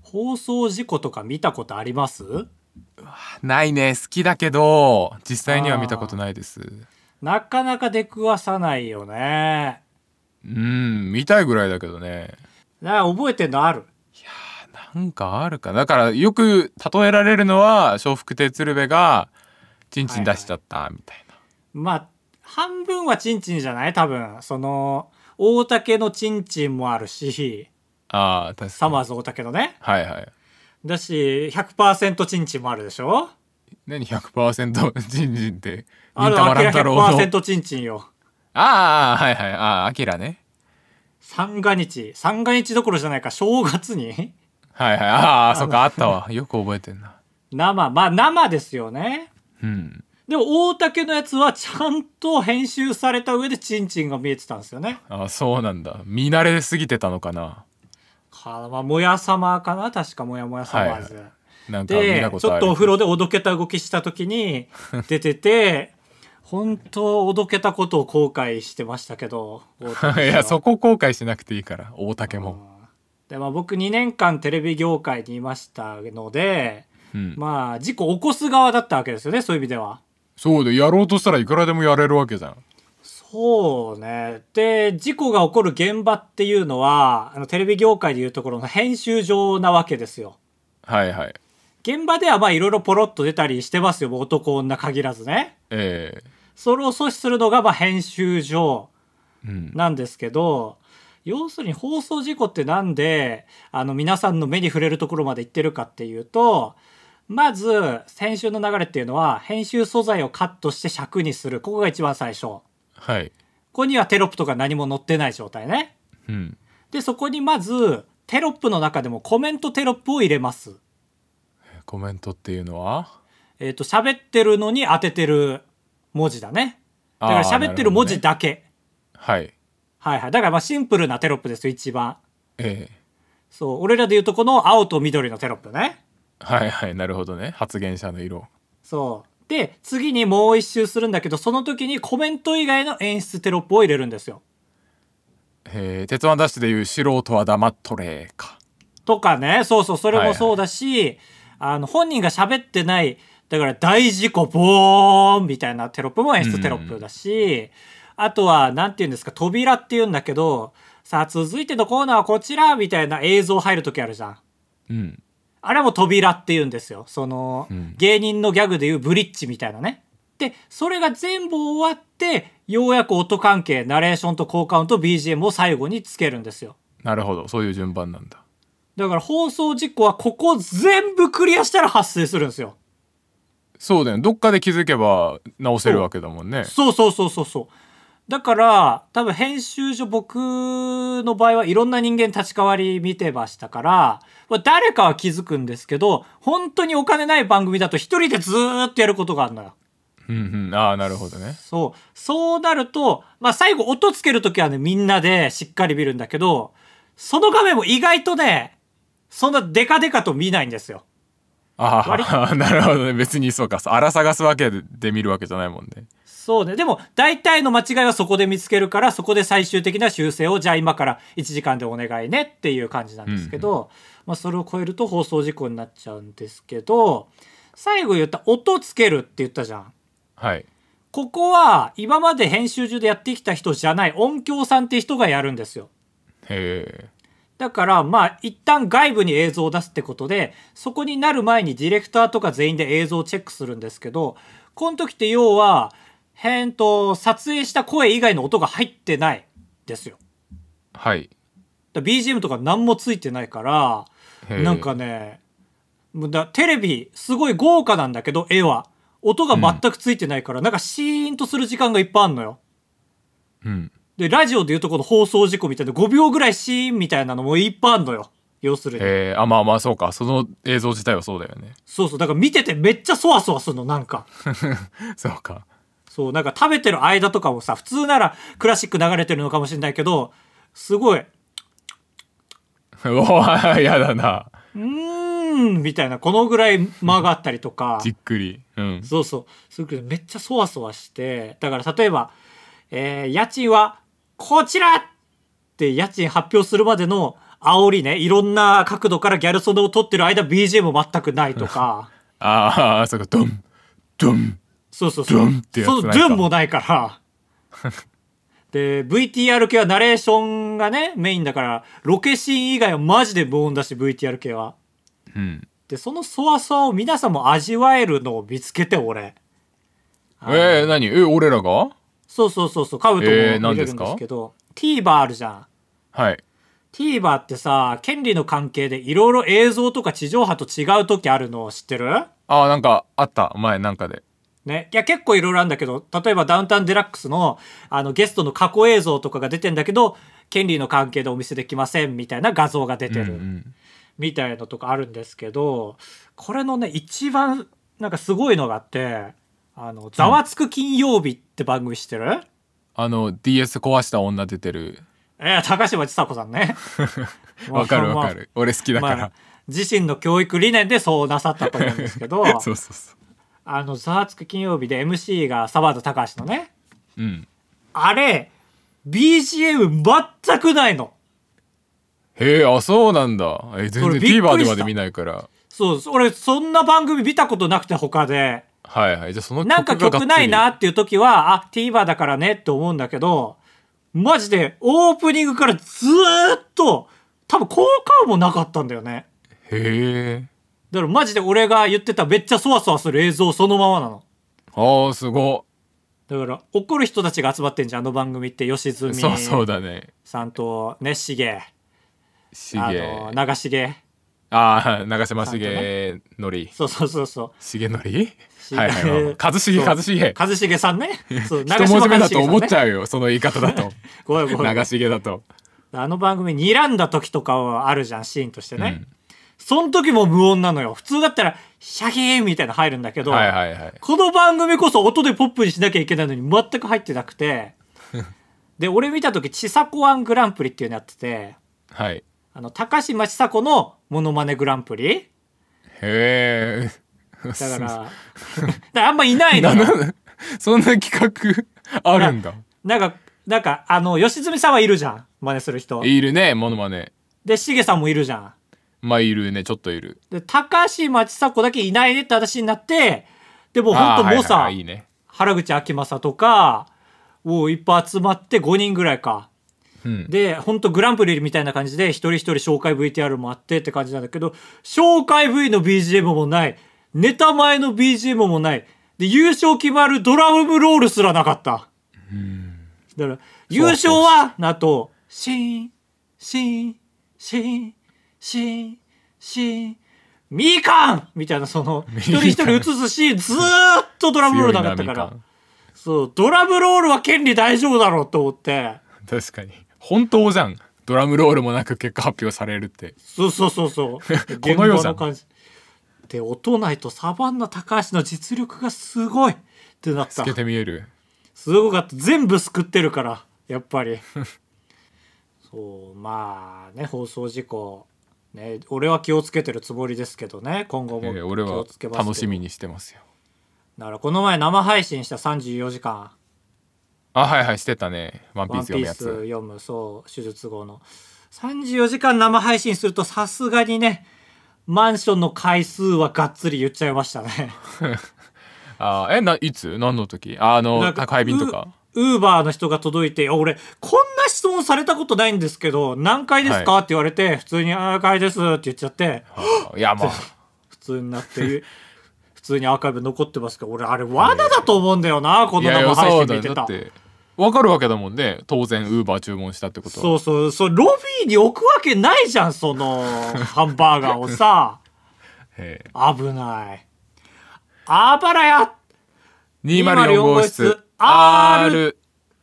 放送事故とか見たことあります？ ないね。好きだけど実際には見たことないです。 なかなか出くわさないよね。 見たいぐらいだけどね。 覚えてんのある？ なんかあるか。だからよく例えられるのは笑福亭鶴瓶がチンチン出しちゃったみたいな。 まあ半分はチンチンじゃない？多分その大竹のチンチンもあるし、 ああ、確かに。 サマーズ大竹のね。 はいはい。 だし 100% チンチンもあるでしょ。 何 100% チンチンって。 ある、 忍たまアキラ乱太郎の。 100% チンチンよ。 ああ、はいはい。ああ、アキラね。 三が日どころじゃないか、正月にはいはい。ああ、そっか、あったわ。よく覚えてんな。 生ですよね。 うん。 でも大竹のやつはちゃんと編集された上でチンチンが見えてたんですよね。 ああ、そうなんだ。見慣れすぎてたのかな。 もやさまかな、確かもやもやサマーズ、 なんか見でちょったことある。 とお風呂でおどけた動きした時に出てて本当おどけたことを後悔してましたけどいや、そこ後悔しなくていいから、大竹も。 で、僕2年間テレビ業界にいましたので、事故起こす側だったわけですよね、そういう意味では。 そうで、やろうとしたらいくらでもやれるわけじゃん。 そうね。で、事故が起こる現場っていうのはテレビ業界でいうところの編集場なわけですよ。 はいはい。 現場ではいろいろポロッと出たりしてますよ、もう男女限らずね。それを阻止するのが編集上なんですけど、要するに放送事故ってなんで皆さんの目に触れるところまで行ってるかっていうと、まず編集の流れっていうのは編集素材をカットして尺にする、ここが一番最初。 はい。 ここにはテロップとか何も載ってない状態ね。でそこにまずテロップの中でもコメントテロップを入れます。 コメントっていうのは喋ってるのに当ててる文字だね。だから喋ってる文字だけ。はいはい。だからシンプルなテロップですよ、一番。そう、俺らで言うとこの青と緑のテロップね。 はいはい、なるほどね。発言者の色。 そうで次にもう一周するんだけど、その時にコメント以外の演出テロップを入れるんですよ。 鉄腕ダッシュでいう素人は黙っとれかとかね。そうそう、それもそうだし、本人が喋ってない、だから大事故ボーンみたいなテロップも演出テロップだし、あとはなんて言うんですか、扉って言うんだけど、さあ続いてのコーナーはこちらみたいな映像入る時あるじゃん。あれも扉って言うんですよ。その、芸人のギャグでいうブリッジみたいなね。でそれが全部終わってようやく音関係、ナレーションと効果音と BGM を最後につけるんですよ。 なるほど、そういう順番なんだ。 だから放送事故はここ全部クリアしたら発生するんですよ。 そうだよね。どっかで気づけば直せるわけだもんね。 そうだから多分編集所、僕の場合はいろんな人間立ち代わり見てましたから、誰かは気づくんですけど、本当にお金ない番組だと一人でずーっとやることがあるのよ。 ああ、なるほどね。 そうなると、最後音つけるときはね、みんなでしっかり見るんだけど、その画面も意外とね、そんなデカデカと見ないんですよ。 ああ、なるほどね。別にそうか、荒探すわけで見るわけじゃないもんね。 そうね。でも大体の間違いはそこで見つけるから、そこで最終的な修正をじゃあ今から1時間でお願いねっていう感じなんですけど、それを超えると放送事故になっちゃうんですけど、最後言った音つけるって言ったじゃん。 はい。 ここは今まで編集中でやってきた人じゃない音響さんって人がやるんですよ。 へえ。 だから一旦外部に映像を出すってことで、そこになる前にディレクターとか全員で映像をチェックするんですけど、この時って要は撮影した声以外の音が入ってないですよ。 はい。 BGM とか何もついてないから、なんかね、テレビすごい豪華なんだけど、絵は音が全くついてないから、なんかシーンとする時間がいっぱいあんのよ。でラジオでいうとこの放送事故みたいな5秒ぐらいシーンみたいなのもいっぱいあんのよ、要するに。 そうか、その映像自体はそうだよね。 そうだから見ててめっちゃそわそわするの、なんかそうか。 なんか食べてる間とかもさ、普通ならクラシック流れてるのかもしれないけど、すごいやだな。 みたいな、このぐらい間があったりとかじっくり。 そうめっちゃそわそわして、だから例えば、家賃はこちらって家賃発表するまでの煽りね、いろんな角度からギャル曽根を撮ってる間 BGM 全くないとかああ、そうか、ドンドンそうそうそうドンってやつないか。 そうドゥンもないからで VTR 系はナレーションがねメインだからロケシーン以外はマジで無音だし VTR 系は。 うん。 でそのそわそわを皆さんも味わえるのを見つけて俺。 何俺らが？ そうそうそうそうカブトも見れるんですけど、TVer あるじゃん。 はい。 TVer ってさ権利の関係でいろいろ映像とか地上波と違う時あるの知ってる？ ああ、なんかあった前なんかで。 ね、いや結構いろいろあるんだけど、例えばダウンタウンデラックスのゲストの過去映像とかが出てんだけど権利の関係でお見せできませんみたいな画像が出てるみたいのとかあるんですけど、これのね一番なんかすごいのがあってざわつく金曜日って番組知ってる？ DS 壊した女出てる。 高嶋ちさ子さんねわかるわかる、俺好きだから、 まあ、自身の教育理念でそうなさったと思うんですけどそうそうそう、 ざわつく金曜日で MC が沢田隆のね、 うん、 あれ BGM 全くないの。 へえ、あ、そうなんだ。全然 TVer でまで見ないから。 そう、俺そんな番組見たことなくて他で。 はいはい。じゃあその曲なんか曲ないなっていう時はTVer だからねって思うんだけど、マジでオープニングからずーっと多分効果音もなかったんだよね。 へえ。 だからマジで俺が言ってためっちゃそわそわする映像そのままなの。 ああ、すご。 だから怒る人たちが集まってんじゃん、番組って。吉住そうだねさんとね、長重長嶋茂則、 そうそうそうそう、 重則、はいはい、一茂さんねそう一文字目だと思っちゃうよ、その言い方だとごめん長重だと。 番組睨んだ時とかはあるじゃん、シーンとしてね、その時も無音なのよ。普通だったらシャキーンみたいな入るんだけど、この番組こそ音でポップにしなきゃいけないのに全く入ってなくてで俺見た時ちさ子ワングランプリっていうのやってて、 はい、 高嶋ちさ子のモノマネグランプリ。 へえ。 だからあんまいないのよそんな企画あるんだ。 なんか吉住さんはいるじゃん、真似する人いるね、モノマネで。しげさんもいるじゃん。 まあいるね、ちょっといる。 で高嶋ちさ子だけいないねって話になって、でも本当もうさ、 いいね、 原口あきまさとかをいっぱい集まって5人ぐらいか、で本当グランプリみたいな感じで一人一人紹介 VTR もあってって感じなんだけど、紹介 V の BGM もない、ネタ前の BGM もないで、優勝決まるドラムロールすらなかった。だから優勝はなとシーンシーンシーンシーンシーンみかんみたいな、その一人一人映すシーンずーっとドラムロールなかったから、そうドラムロールは権利大丈夫だろうと思って。 確かに本当じゃん、ドラムロールもなく結果発表されるって。 そうこの世じゃん。 で音ないとサバンナ高橋の実力がすごいってなった。 透けて見える。 すごかった。全部救ってるからやっぱりそう、まあね、放送事故ね、俺は気をつけてるつもりですけどね、今後も気俺はをつけます。 楽しみにしてますよ。 だからこの前生配信した34時間、 はいはい、してたね。ワンピース読むやつ。 ワンピース読む、そう手術後の34時間生配信するとさすがにね、マンションの回数はがっつり言っちゃいましたねいつ何の時？宅配便とかウーバーの人が届いて、俺こんな質問されたことないんですけど何回ですか、って言われて普通にアーカイですって言っちゃって、 いやまあ普通になって普通にアーカイブ残ってますけど、俺あれ罠だと思うんだよな、この生配信見てた。 わかるわけだもんね、当然ウーバー注文したってことは。 そうロビーに置くわけないじゃん、そのハンバーガーをさ危ない。あばらや 204号室 R。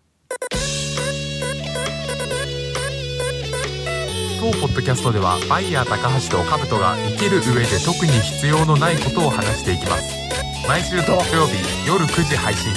当ポッドキャストではバイヤー高橋とカブトが生きる上で特に必要のないことを話していきます。毎週土曜日夜9時配信。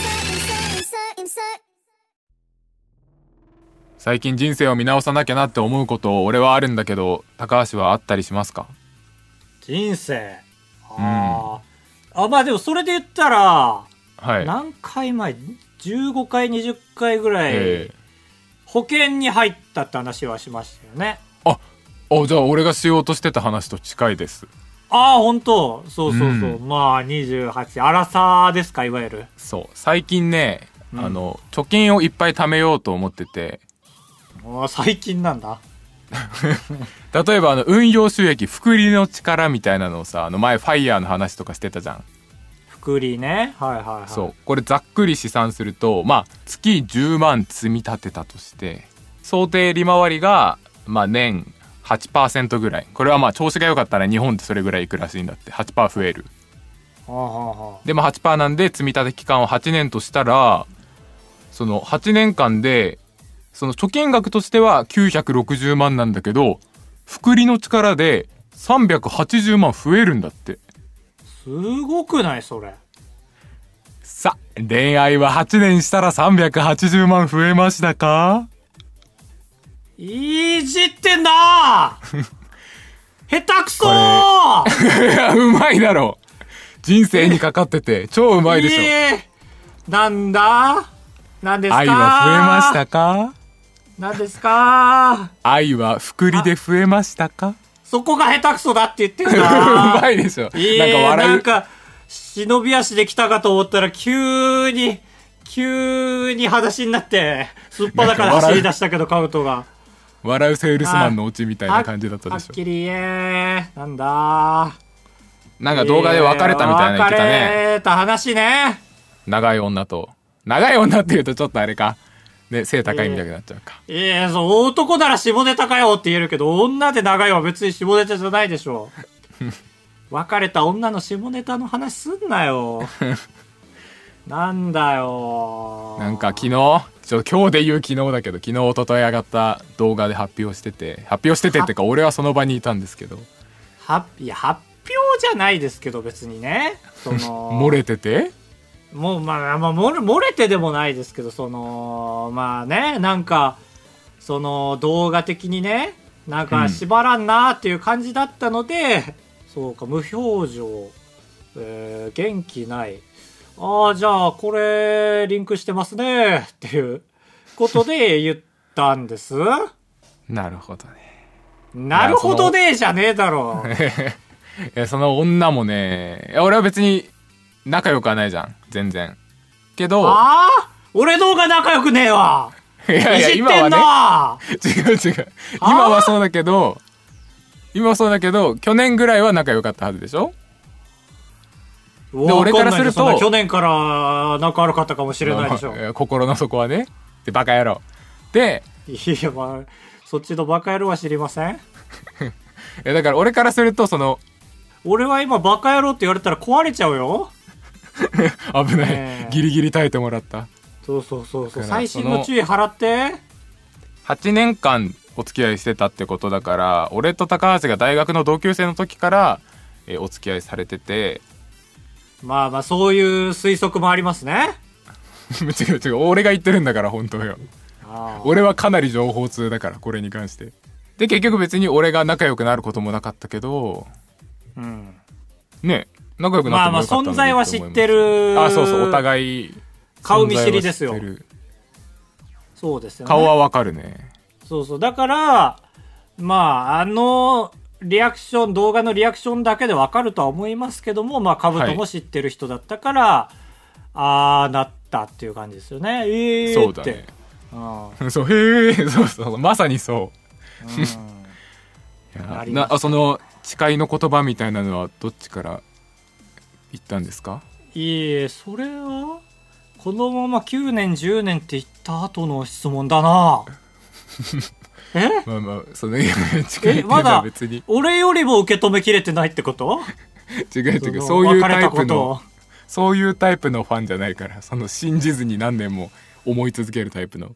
最近人生を見直さなきゃなって思うこと俺はあるんだけど、高橋はあったりしますか？ 人生まあでもそれで言ったら、何回前15回20回ぐらい保険に入ったって話はしましたよね。 じゃあ俺がしようとしてた話と近いです。 ああ本当。そうそうそう、まあ28アラサーですか、いわゆる。 そう最近ね、貯金をいっぱい貯めようと思ってて。 最近なんだ。 例えば運用収益複利の力みたいなのをさ、前ファイヤーの話とかしてたじゃん。 複利ね、はいはいはい。 そうこれざっくり試算すると、まあ月10万積み立てたとして、想定利回りがまあ年 8% ぐらい。これはまあ調子が良かったら日本ってそれぐらいいくらしいんだって。 8% 増える。でも 8% なんで、積み立て期間を8年としたら、その8年間でその貯金額としては960万なんだけど、複利の力で380万増えるんだって。 すごくないそれ。 さ、恋愛は8年したら380万増えましたか？ いじってんな下手くそーうまいだろ。人生にかかってて超うまいでしょ。 なんだなんですか？ 愛は増えましたか？ なんですか？ 愛は複利で増えましたか？ そこが下手くそだって言ってんだ。 うまいでしょ。なんか笑う。 なんか忍び足で来たかと思ったら急に裸足になってすっぱだから走り出したけど、カウトが笑うセールスマンのオチみたいな感じだったでしょ。 はっきり言え。なんだ。 なんか動画で別れたみたいな言ってたね。 別れた話ね。 長い女って言うとちょっとあれかね、背高いみたいになっちゃうか。 そう男なら下ネタかよって言えるけど、女で長いは別に下ネタじゃないでしょ。別れた女の下ネタの話すんなよ。なんだよ。なんか昨日今日で言う昨日だけど、昨日一昨日上がった動画で発表しててってか、俺はその場にいたんですけど。 いや発表じゃないですけど、別にね、その漏れててもうまあ漏れてでもないですけど、そのまあね、なんかその動画的にね、なんか縛らんなっていう感じだったので、そうか無表情、元気ない、じゃあこれリンクしてますねっていうことで言ったんです。 なるほどね。 なるほどねじゃねえだろ。 いやその女もね、俺は別に仲良くはないじゃん全然。けど俺の方が仲良くねえわ。 いや今はね、違う今はそうだけど去年ぐらいは仲良かったはずでしょ。 で俺からすると去年から仲悪かったかもしれないでしょ。 心の底はね。でバカ野郎で、 いやまあそっちのバカ野郎は知りません。 だから俺からすると俺は今バカ野郎って言われたら壊れちゃうよ。 危ない、ギリギリ耐えてもらった。 そう細心の注意払って。 8年間お付き合いしてたってことだから、俺と高橋が大学の同級生の時から、お付き合いされてて、 まあそういう推測もありますね。 違う俺が言ってるんだから本当よ。俺はかなり情報通だから、これに関して。で結局別に俺が仲良くなることもなかったけど、ね、仲良くなってもよかったのに。 存在は知ってる。 そうお互い顔見知りですよ。そうですよね。 顔はわかるね。 そうだからまあリアクション、動画のリアクションだけでわかるとは思いますけども、まあカブトも知ってる人だったから、なったっていう感じですよね。 そうだね。そうまさにそう。その誓いの言葉みたいなのはどっちから言ったんですか？ それはこのまま9年10年って言った後の質問だな。 まあその誓いっていうのは別に、 俺よりも受け止めきれてないってこと？ 違うそういうタイプのファンじゃないから、その信じずに何年も思い続けるタイプの。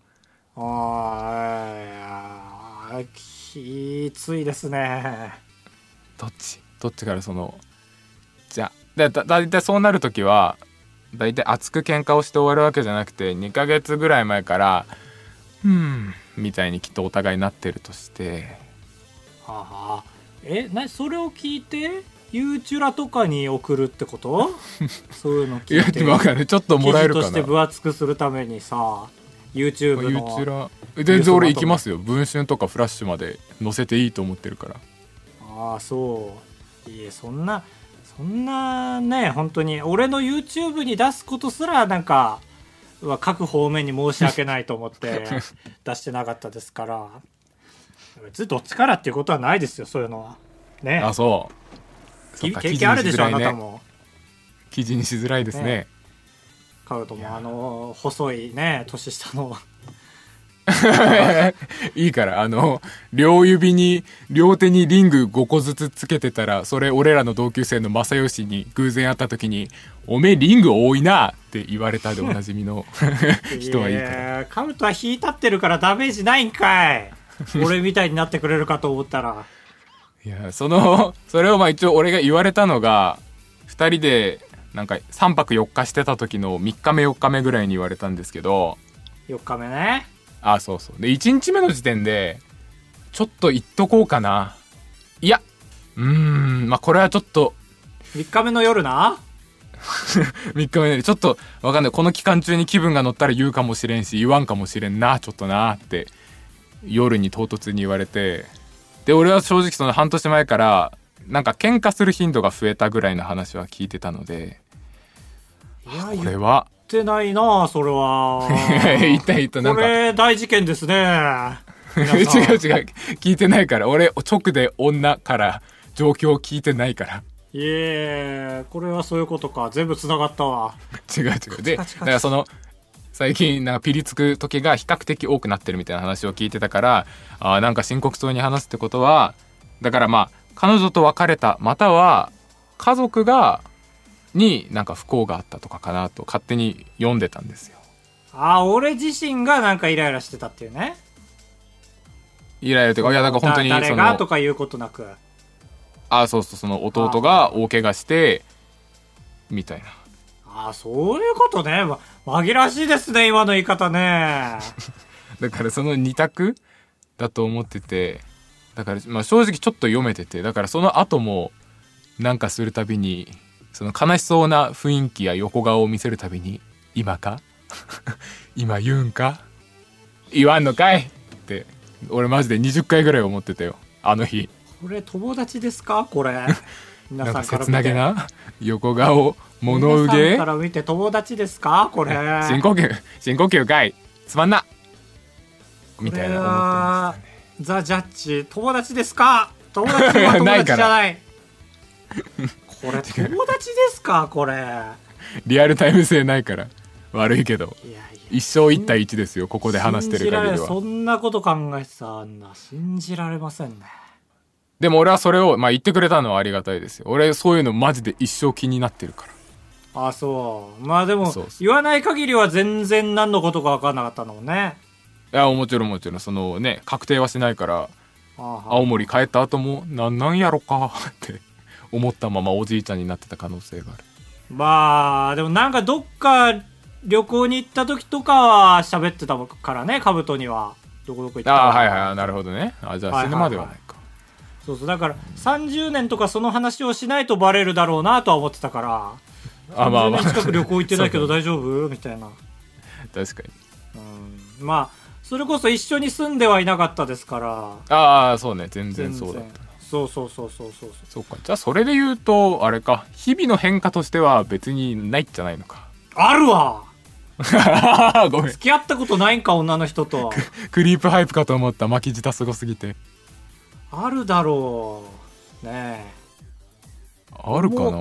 きついですね。 どっちからじゃあだいたいそうなるときはだいたい熱く喧嘩をして終わるわけじゃなくて、2ヶ月ぐらい前からみたいにきっとお互いなってるとして。 それを聞いてユーチュラとかに送るってこと？そういうの聞いて分かる、ちょっともらえるかな。 記事として分厚くするためにさ、YouTube の全然俺行きますよ。文春とかフラッシュまで載せていいと思ってるから。 ああそういえそんなね本当に俺の YouTube に出すことすらなんか各方面に申し訳ないと思って出してなかったですから別にどっちからっていうことはないですよそういうのはね。 あそう経験あるでしょ、 ね、 あなたも記事にしづらいですね。 カウトも細いね年下のいいから両手にリング5個ずつつけてたらそれ俺らの同級生の正義に偶然会った時におめえリング多いなって言われたでおなじみの人はいいからカウトは引いたってるからダメージないんかい俺みたいになってくれるかと思ったらいやそれをまあ一応俺が言われたのが2人でなんか3泊4日してた時の3日目4日目ぐらいに言われたんですけど 4日目ねあそうそうで1日目の時点でちょっと言っとこうかないやまあこれはちょっと 3日目の夜な 3日目でちょっとわかんないこの期間中に気分が乗ったら言うかもしれんし言わんかもしれんなちょっとなって夜に唐突に言われてで俺は正直その半年前からなんか喧嘩する頻度が増えたぐらいの話は聞いてたのでいやこれは言ってないなそれは言ったなんかこれ大事件ですね違う聞いてないから俺直で女から状況を聞いてないからいえこれはそういうことか全部つながったわ違うでだからその最近なんかピリつく時が比較的多くなってるみたいな話を聞いてたからなんか深刻そうに話すってことはだからまあ彼女と別れたまたは家族になんか不幸があったとかかなと勝手に読んでたんですよ。 俺自身がなんかイライラしてたっていうねイライラというかいやなんか本当に誰がとかいうことなくそうその弟が大怪我してみたいなそういうことね、紛らわしいですね今の言い方ねだからその2択だと思っててだからまあ正直ちょっと読めててだからその後もなんかするたびにその悲しそうな雰囲気や横顔を見せるたびに今か今言うんか言わんのかいって俺マジで20回ぐらい思ってたよあの日。 これ友達ですかこれ皆さんから見て切なげな横顔物憂げ皆さんから見て友達ですかこれ深呼吸かいつまんなみたいな思ってましたね。 ザ・ジャッジ友達ですか友達は友達じゃないこれ友達ですかこれリアルタイム性ないから悪いけどいや一生1対1ですよここで話してる限りは。 そんなこと考えてた信じられませんね。 でも俺はそれを、まあ、言ってくれたのはありがたいですよ。俺そういうのマジで一生気になってるから。 そうまあでもそう言わない限りは全然何のことか分かんなかったのね。 いやもちろんそのね確定はしないから青森帰った後もなんやろかって思ったままおじいちゃんになってた可能性がある。 まあでもなんかどっか旅行に行った時とかは喋ってたからねカブトにはどこどこ行ったはいなるほどね。じゃあ死ぬまではないか。 そうだから30年とかその話をしないとバレるだろうなとは思ってたから30年近く旅行行ってないけど大丈夫みたいな。 確かにまあそれこそ一緒に住んではいなかったですからそうね全然そうだった。そうかじゃあそれで言うとあれか日々の変化としては別にないんじゃないのか。 あるわごめん付き合ったことないんか女の人とクリープハイプかと思った巻き舌すごすぎて。 あるだろうねえあるか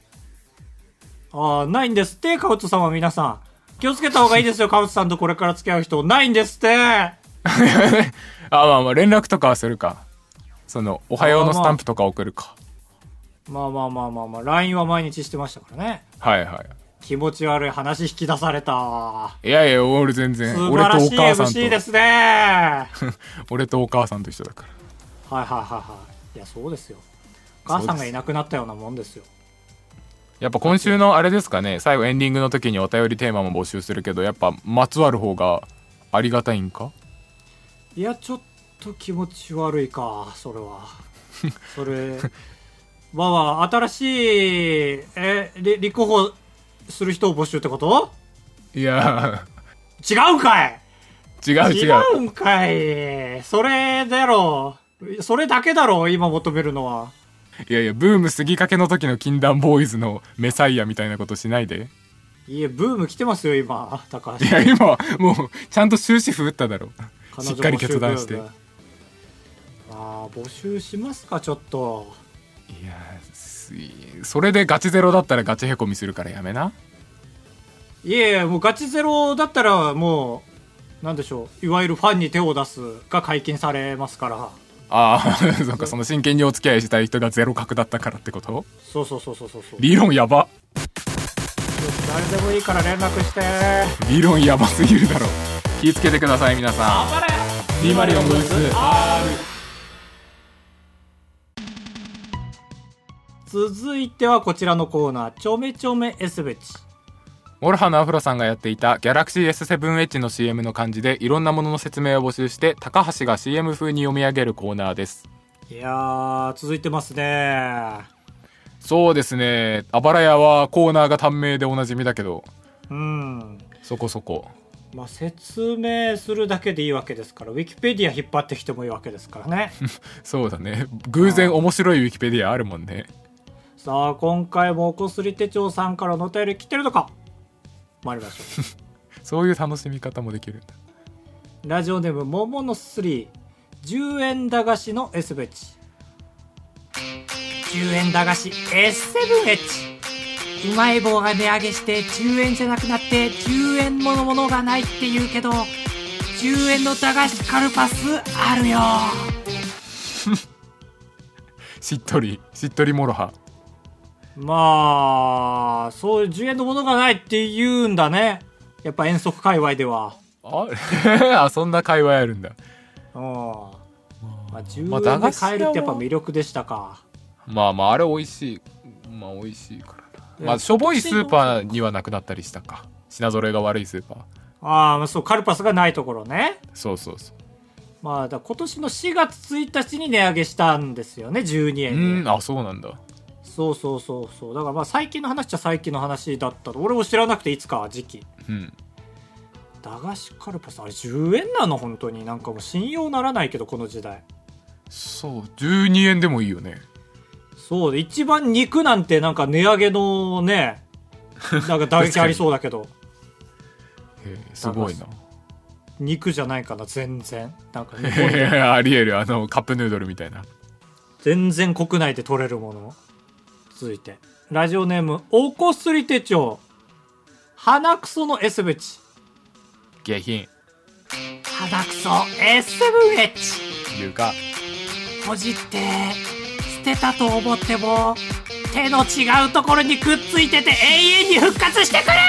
な。 ないんですってカウトさんは。皆さん気をつけた方がいいですよカウトさんとこれから付き合う人ないんですってまあ連絡とかはするか。そのおはようのスタンプとか送るか。 まあ LINE は毎日してましたからね。 はい気持ち悪い話引き出された。 いや俺全然素晴らしい MC ですね俺とお母さんと一緒だから。 いやそうですよ。お母さんがいなくなったようなもんですよ。 やっぱ今週のあれですかね最後エンディングの時にお便りテーマも募集するけどやっぱまつわる方がありがたいんか。 いやちょっと気持ち悪いかそれはそれ新しい立候補する人を募集ってこと。 いや違うかい違うんかい。それだろう。それだけだろう、今求めるのは。 いやいや、ブーム過ぎかけの時の禁断ボーイズのメサイアみたいなことしないで。 いえ、ブーム来てますよ、今。高橋。 いや、今、もう、ちゃんと終止符打っただろ。 彼女しっかり決断して。 募集ブーム。募集しますか、ちょっと。 いや、それでガチゼロだったらガチへこみするからやめな。 いえ、もうガチゼロだったら、もう、なんでしょう。いわゆるファンに手を出すが解禁されますから。 ああ、そっか、その真剣にお付き合いしたい人がゼロ角だったからってこと？ そう。 理論やば。 誰でもいいから連絡して。 理論やばすぎるだろ。気をつけてください、皆さん。 頑張れ。 204号室 R。 続いてはこちらのコーナー、ちょめちょめ S ベチ。 モルハのアフロさんがやっていたギャラクシー S7H の CM の漢字でいろんなものの説明を募集して高橋が CM 風に読み上げるコーナーです。 いやー、続いてますね。 そうですね、あばら屋はコーナーが短命でおなじみだけど、そこそこ、 説明するだけでいいわけですから、ウィキペディア引っ張ってきてもいいわけですからね。 そうだね、偶然面白いウィキペディアあるもんね。 さあ、今回もおこすり手帳さんからのお便り来てるのか、参りましょう。 そういう楽しみ方もできるんだ。 ラジオネーム桃の3、10円駄菓子の S ベチ。10円駄菓子 S7H。 うまい棒が値上げして10円じゃなくなって10円ものものがないって言うけど、10円の駄菓子カルパスあるよ。 しっとりモロハ。 そういう10円のものがないって言うんだね、やっぱ遠足界隈では。 そんな会話あるんだ。 10円で買えるってやっぱ魅力でしたか。 あれ美味しい。美味しいからな。しょぼいスーパーにはなくなったりしたか。品揃えが悪いスーパー。 そう、カルパスがないところね。 そう。 今年の4月1日に値上げしたんですよね、12円に。 そうなんだ。 そう。だから最近の話っちゃ最近の話だった。俺も知らなくていつか時期。駄菓子カルパスあれ10円なの？本当になんかもう信用ならないけど、この時代。 そう、12円でもいいよね。 そう、一番肉なんてなんか値上げのね、なんか打撃ありそうだけど。 すごいな。 肉じゃないかな、全然。なんかありえる、カップヌードルみたいな。 全然国内で取れるもの。続いてラジオネームおこすり手帳、鼻くその S ベチ。 下品。 鼻くそ S7H。 言うか。 閉じて捨てたと思っても手の違うところにくっついてて永遠に復活してくれ。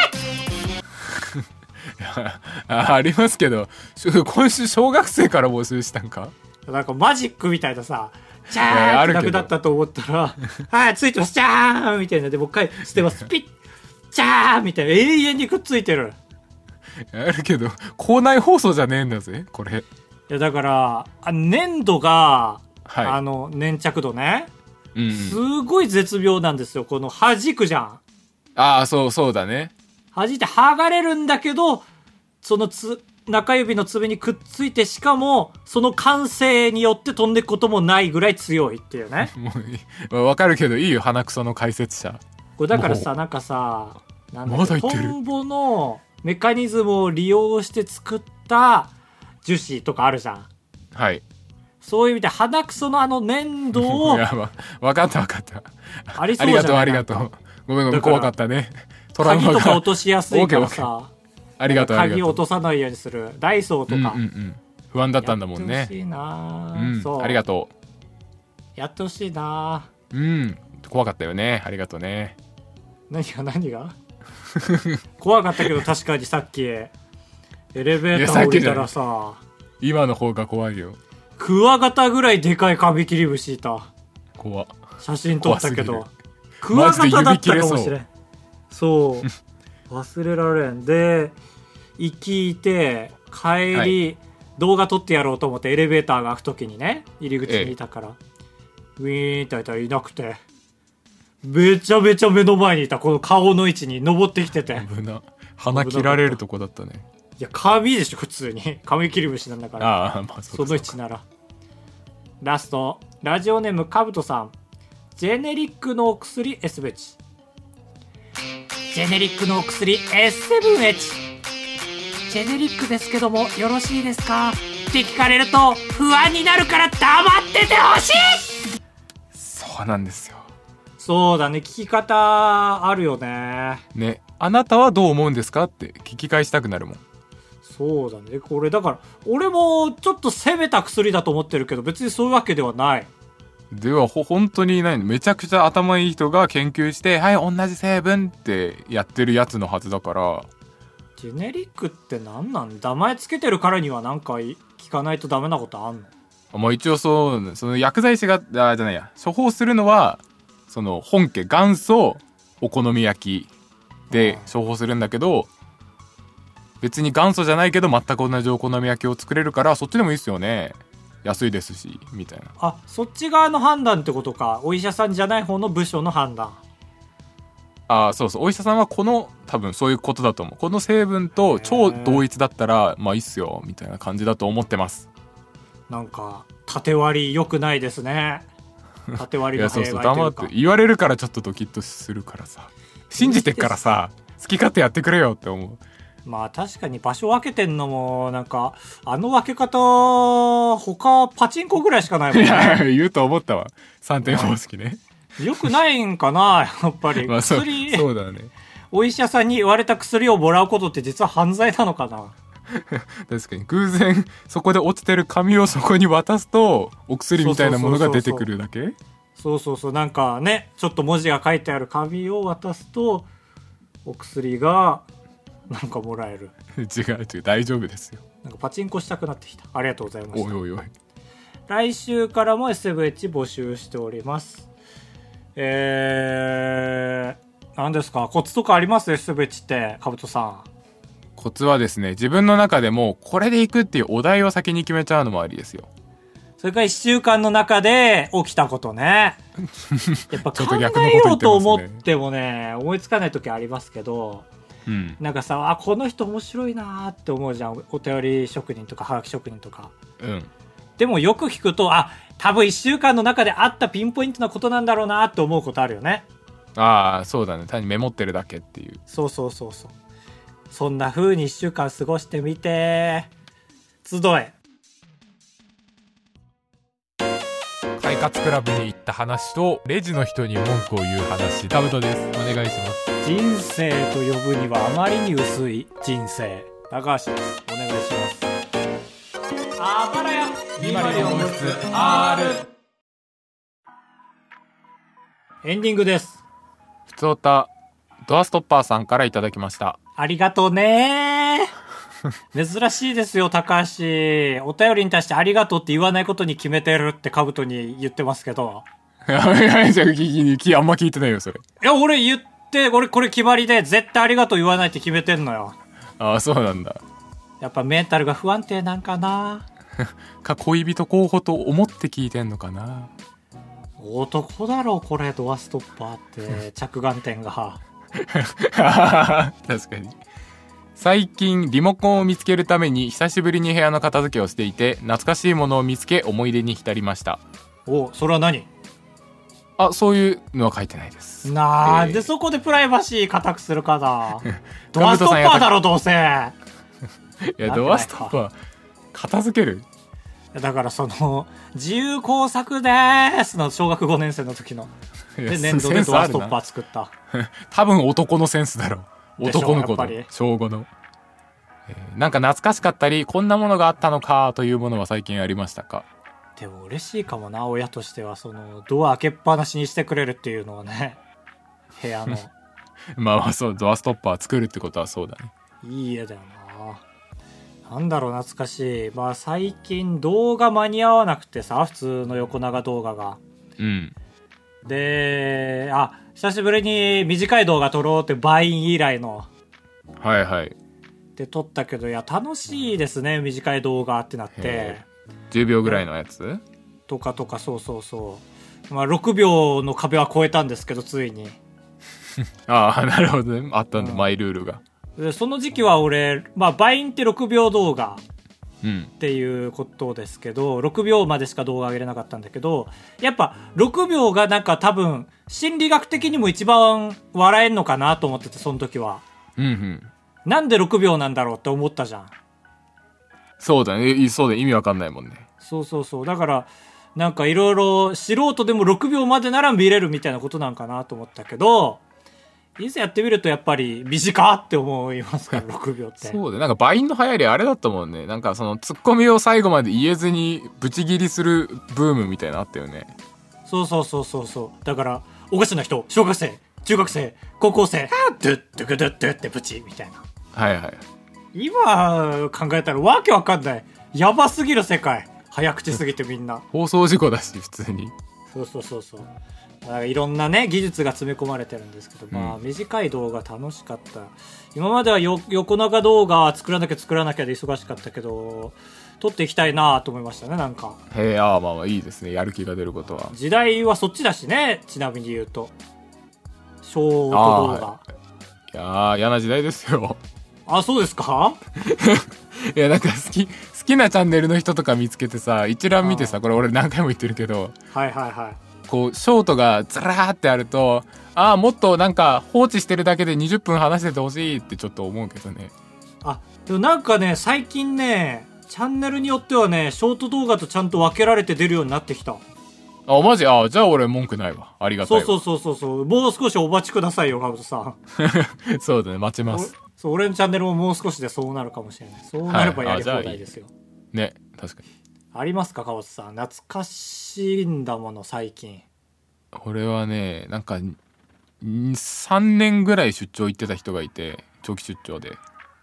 ありますけど、今週小学生から募集したんか。 なんかマジックみたいなさ、じゃーってなくなったと思ったら、はい、ついてます、じゃーみたいなで、もう一回捨てます、ピッ、じゃーみたいな、永遠にくっついてる。 あるけど、校内放送じゃねえんだぜ、これ。 いや、だから、粘土が、 はい、 粘着度ね、すごい絶妙なんですよ。この弾くじゃん。 そうだね。 弾いて剥がれるんだけど、その中指の爪にくっついて、しかもその感性によって飛んでいくこともないぐらい強いっていうね。 もうわかるけどいいよ、鼻くその解説者。 これだからさ、なんかさ、なんだっけ、 まだ言ってる。 トンボのメカニズムを利用して作った樹脂とかあるじゃん。 はい。 そういう意味で鼻くその粘土を分かったありそうじゃない。 ありがとうごめん怖かったね。トラウマが鍵とか落としやすいからさ、 ありがとう。 鍵を落とさないようにするダイソーとか、 不安だったんだもんね。 やってほしいな、 そうありがとう。 やってほしいな。 怖かったよね。ありがとうね。 何が怖かったけど、確かにさっきエレベーター降りたらさ、 今の方が怖いよ。 クワガタぐらいでかいカミキリムシいた。 怖っ。 写真撮ったけどクワガタだったかもしれん。そう忘れられんで、行きいて帰り、動画撮ってやろうと思ってエレベーターが開く時にね、入り口にいたから、ウィーンって開いたらいなくて、めちゃめちゃ目の前にいた。この顔の位置に登ってきてて、 鼻切られるとこだったね。 いや紙でしょ普通にカミキリムシなんだから。 ああ、まあその1なら。ラストラジオネームカブトさん。ジェネリックのお薬 S7H。 ジェネリックのお薬 S7H。 ジェネリックですけどもよろしいですかって聞かれると不安になるから黙っててほしい。 そうなんですよ。 そうだね、聞き方あるよね。 ね、あなたはどう思うんですかって聞き返したくなるもん。 そうだね、これだから俺もちょっと攻めた薬だと思ってるけど別にそういうわけではない。 では本当にない、めちゃくちゃ頭いい人が研究してはい同じ成分ってやってるやつのはずだから。 ジェネリックって何なんだ、名前つけてるからにはなんか聞かないとダメなことあんの？ まあ一応その薬剤師がじゃないや処方するのはその本家元祖お好み焼きで処方するんだけど、別に元祖じゃないけど全く同じお好み焼きを作れるからそっちでもいいっすよね、安いですしみたいな。 あ、そっち側の判断ってことか。お医者さんじゃない方の部署の判断。 あ、そうそう、お医者さんはこの多分そういうことだと思う。この成分と超同一だったらまあいいっすよみたいな感じだと思ってます。 なんか縦割り良くないですね。縦割りの弊害というか。 いやそうそう、黙って言われるからちょっとドキッとするからさ、信じてっからさ好き勝手やってくれよって思う。 まあ確かに場所分けてんのもなんかあの分け方他パチンコぐらいしかないもんね。 いや言うと思ったわ、3点方式ね。 よくないんかなやっぱり。 まあそうだね。 お医者さんに言われた薬をもらうことって実は犯罪なのかな。 確かに偶然そこで落ちてる紙をそこに渡すとお薬みたいなものが出てくるだけ。 そうそうそう、なんかねちょっと文字が書いてある紙を渡すとお薬がなんかもらえる。 違う大丈夫ですよ。 なんかパチンコしたくなってきた。ありがとうございました。 おいおいおい。 来週からも S7H 募集しております。何ですか、コツとかあります S7H って、かぶとさん。 コツはですね、自分の中でもこれでいくっていうお題を先に決めちゃうのもありですよ。 それから1週間の中で起きたことね。やっぱ考えようと思ってもね思いつかない時ありますけど、 うん、 なんかさ、あ、この人面白いなーって思うじゃん、お便り職人とかはがき職人とか、 うん、 でもよく聞くと、あ、多分1週間の中であったピンポイントなことなんだろうなって思うことあるよね。 ああそうだね、単にメモってるだけっていう。 そうそうそうそう、そんな風に1週間過ごしてみて集え。 快活クラブに行った話とレジの人に文句を言う話、タブトです。お願いします。 人生と呼ぶにはあまりに薄い人生、高橋です。お願いします。あばらや204号室 R。 エンディングです。 ふつおたドアストッパーさんからいただきました。 ありがとうね珍しいですよ、高橋。お便りに対してありがとうって言わないことに決めてるってカブトに言ってますけど。 いやじゃああんま聞いてないよそれ。 いや俺言って、俺これ決まりで絶対ありがとう言わないって決めてんのよ。 ああそうなんだ。 やっぱメンタルが不安定なんかな恋人候補と思って聞いてんのかな。 男だろこれ、ドアストッパーって着眼点が確かに。最近リモコンを見つけるために久しぶりに部屋の片付けをしていて、懐かしいものを見つけ思い出に浸りました。 お、それは何？ あ、そういうのは書いてないです。 なんでそこでプライバシー固くするかなドアストッパーだろどうせ。いやドアストッパー片付ける。 だからその自由工作でーすの小学5年生の時ので年度でドアストッパー作った多分男のセンスだろう。男の子の小5の、なんか懐かしかったりこんなものがあったのかというものは最近ありましたか？ でも嬉しいかもな、親としては。そのドア開けっぱなしにしてくれるっていうのはね、部屋のまあそう、ドアストッパー作るってことはそうだね。 いい家だよな。なんだろう、懐かしい。まあ最近動画間に合わなくてさ、普通の横長動画が。 うん。 で、久しぶりに短い動画撮ろうってバイン以来の。 はいはい。 で撮ったけど、いや楽しいですね、短い動画ってなって。 10秒ぐらいのやつとか、そうそうそう。まあ6秒の壁は超えたんですけど、ついに。 ああ、なるほどね。あったんだ、マイルールが。 でその時期は俺、まあ、バインって6秒動画うんっていうことですけど、6秒までしか動画上げれなかったんだけど、やっぱ6秒がなんか多分心理学的にも一番笑えんのかなと思ってて、その時はうんうんなんで6秒なんだろうって思ったじゃん。 そうだね、そうだ、意味わかんないもんね。 そうそうそう、だからなんかいろいろ素人でも6秒までなら見れるみたいなことなんかなと思ったけど、いざやってみるとやっぱり短って思いますから6秒ってそうで、なんかバインの流行りあれだったもんね。なんかそのツッコミを最後まで言えずにブチギリするブームみたいなのあったよね。 そうそうそうそうそう、だからおかしな人、小学生、中学生、高校生、ドゥッドゥクドゥッドゥってブチみたいな。 はいはい。 今考えたらわけわかんない、やばすぎる世界、早口すぎてみんな放送事故だし普通に。 そうそうそうそう、だからいろんなね技術が詰め込まれてるんですけど、まあうん短い動画楽しかった。今までは横長動画作らなきゃで忙しかったけど、撮っていきたいなと思いましたね。なんかへえ、ああ、まあまあいいですね、やる気が出ることは。 時代はそっちだしね。ちなみに言うとショート動画、 いやー、嫌な時代ですよ。 あ、そうですか。 いや、なんか好きなチャンネルの人とか見つけてさ、一覧見てさ、これ俺何回も言ってるけど、 はいはいはい。 こうショートがずらーってあると、ああ、もっとなんか放置してるだけで20分話しててほしいってちょっと思うけどね。 あ、でもなんかね、最近ね、チャンネルによってはね、ショート動画とちゃんと分けられて出るようになってきた。 あ、マジ？あ、じゃあ俺文句ないわ。ありがたいわ。 そうそうそうそう、もう少しお待ちくださいよ、カブトさん。 そうだね、待ちますそう、俺のチャンネルももう少しでそうなるかもしれない。そうなればやり放題ですよ。 ね。確かにありますか、カブトさん。懐かしいんだもの、最近。 俺はね、なんか3年ぐらい出張行ってた人がいて、長期出張で。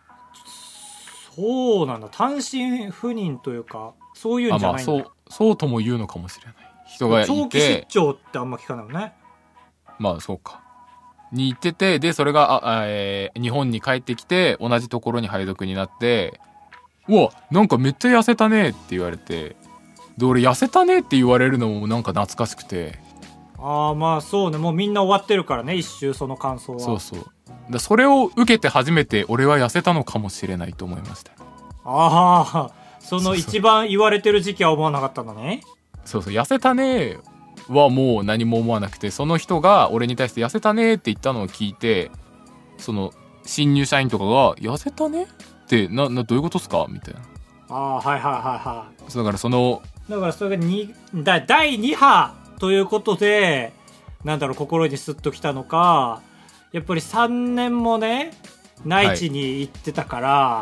そうなんだ。単身赴任というか、そういうんじゃないんだ。 まあそうとも言うのかもしれない人がいて、 長期出張ってあんま聞かないよね。 まあそうかに行ってて、でそれが日本に帰ってきて同じところに配属になって、うわ、なんかめっちゃ痩せたねって言われて、で俺痩せたねって言われるのもなんか懐かしくて、 ああ、まあそうね、もうみんな終わってるからね、一周その感想は。 そうそう、だそれを受けて初めて俺は痩せたのかもしれないと思いました。 ああ、そのそう一番言われてる時期は思わなかったんだね。 そうそう、痩せたねはもう何も思わなくて、その人が俺に対して痩せたねって言ったのを聞いて、その新入社員とかが痩せたねってどういうことっすかみたいな。 ああ、はいはいはいはい。 そうだからそのだからそれが第2波ということで、なんだろう、心にスッときたのか、やっぱり3年もね内地に行ってたから、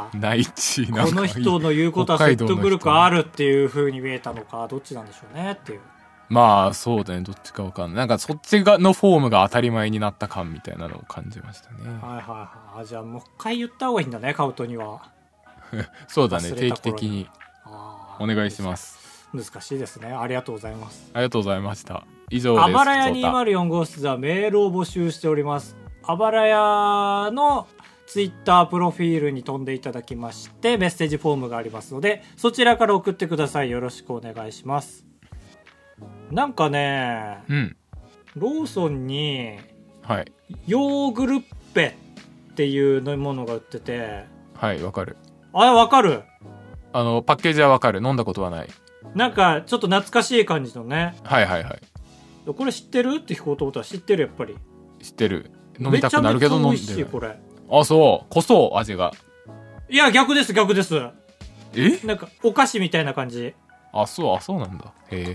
内地なんかこの人の言うことは説得力あるっていう風に見えたのか、どっちなんでしょうねっていう。 まあそうだね、どっちかわかんない。なんかそっちがのフォームが当たり前になった感みたいなのを感じましたね。 はいはいはい。あ、じゃあもう一回言った方がいいんだね、カウトには。 そうだね、定忘れた頃に期的にあお願いします。 難しいですね。ありがとうございます。 ありがとうございました。以上です。 あばらやふつおた 204号室ではメールを募集しております。あばらやのツイッタープロフィールに飛んでいただきまして、メッセージフォームがありますので、そちらから送ってください。よろしくお願いします。なんかね、 うんローソンにはいヨーグルッペっていう飲み物が売ってて、 はいわかる。 あれわかる？ パッケージはわかる。飲んだことはない。 なんかちょっと懐かしい感じのね。 はいはいはい。 これ知ってるって聞こうと思ったら、知ってる、やっぱり。 知ってる。飲みたくなるけど飲んめちゃめちゃ美味しい、 でこれ。 あ、そう濃そう味が。 いや、逆です逆です。 えなんかお菓子みたいな感じ。 あ、そうなんだ。へ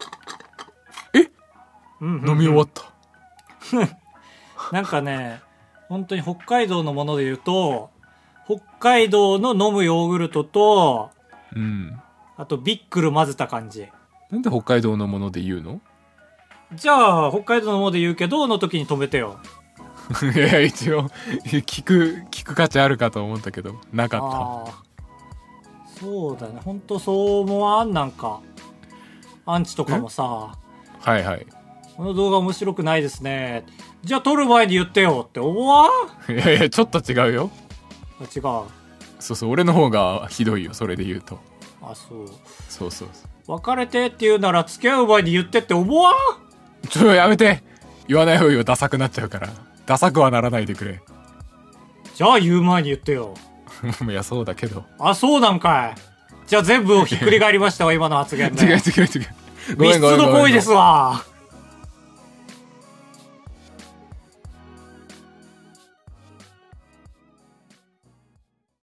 うんうんうん、 飲み終わった。 なんかね、本当に北海道のもので言うと、北海道の飲むヨーグルトと、 うん。 あとビックル混ぜた感じ。 なんで北海道のもので言うの？ じゃあ北海道のもので言うけどの時に止めてよ。 いや一応聞く価値あるかと思ったけどなかっああ、そうだね、本当そう思わん？なんかアンチとかもさ、 た。はいはい。 この動画面白くないですね、じゃあ撮る前に言ってよって思わん？ いやちょっと違うよ。 あ、違う。 そう俺の方がひどいよ、それで言うと。 あ、そう。 そう別れてって言うなら付き合う前に言ってって思わん？ やめて、言わない方がダサくなっちゃうから。ダサくはならないでくれ。 じゃあ言う前に言ってよ。 いやそうだけど。 あ、そうなんかい。じゃあ全部をひっくり返りましたわ今の発言で。 違う。ごめん密室の行為ですわ。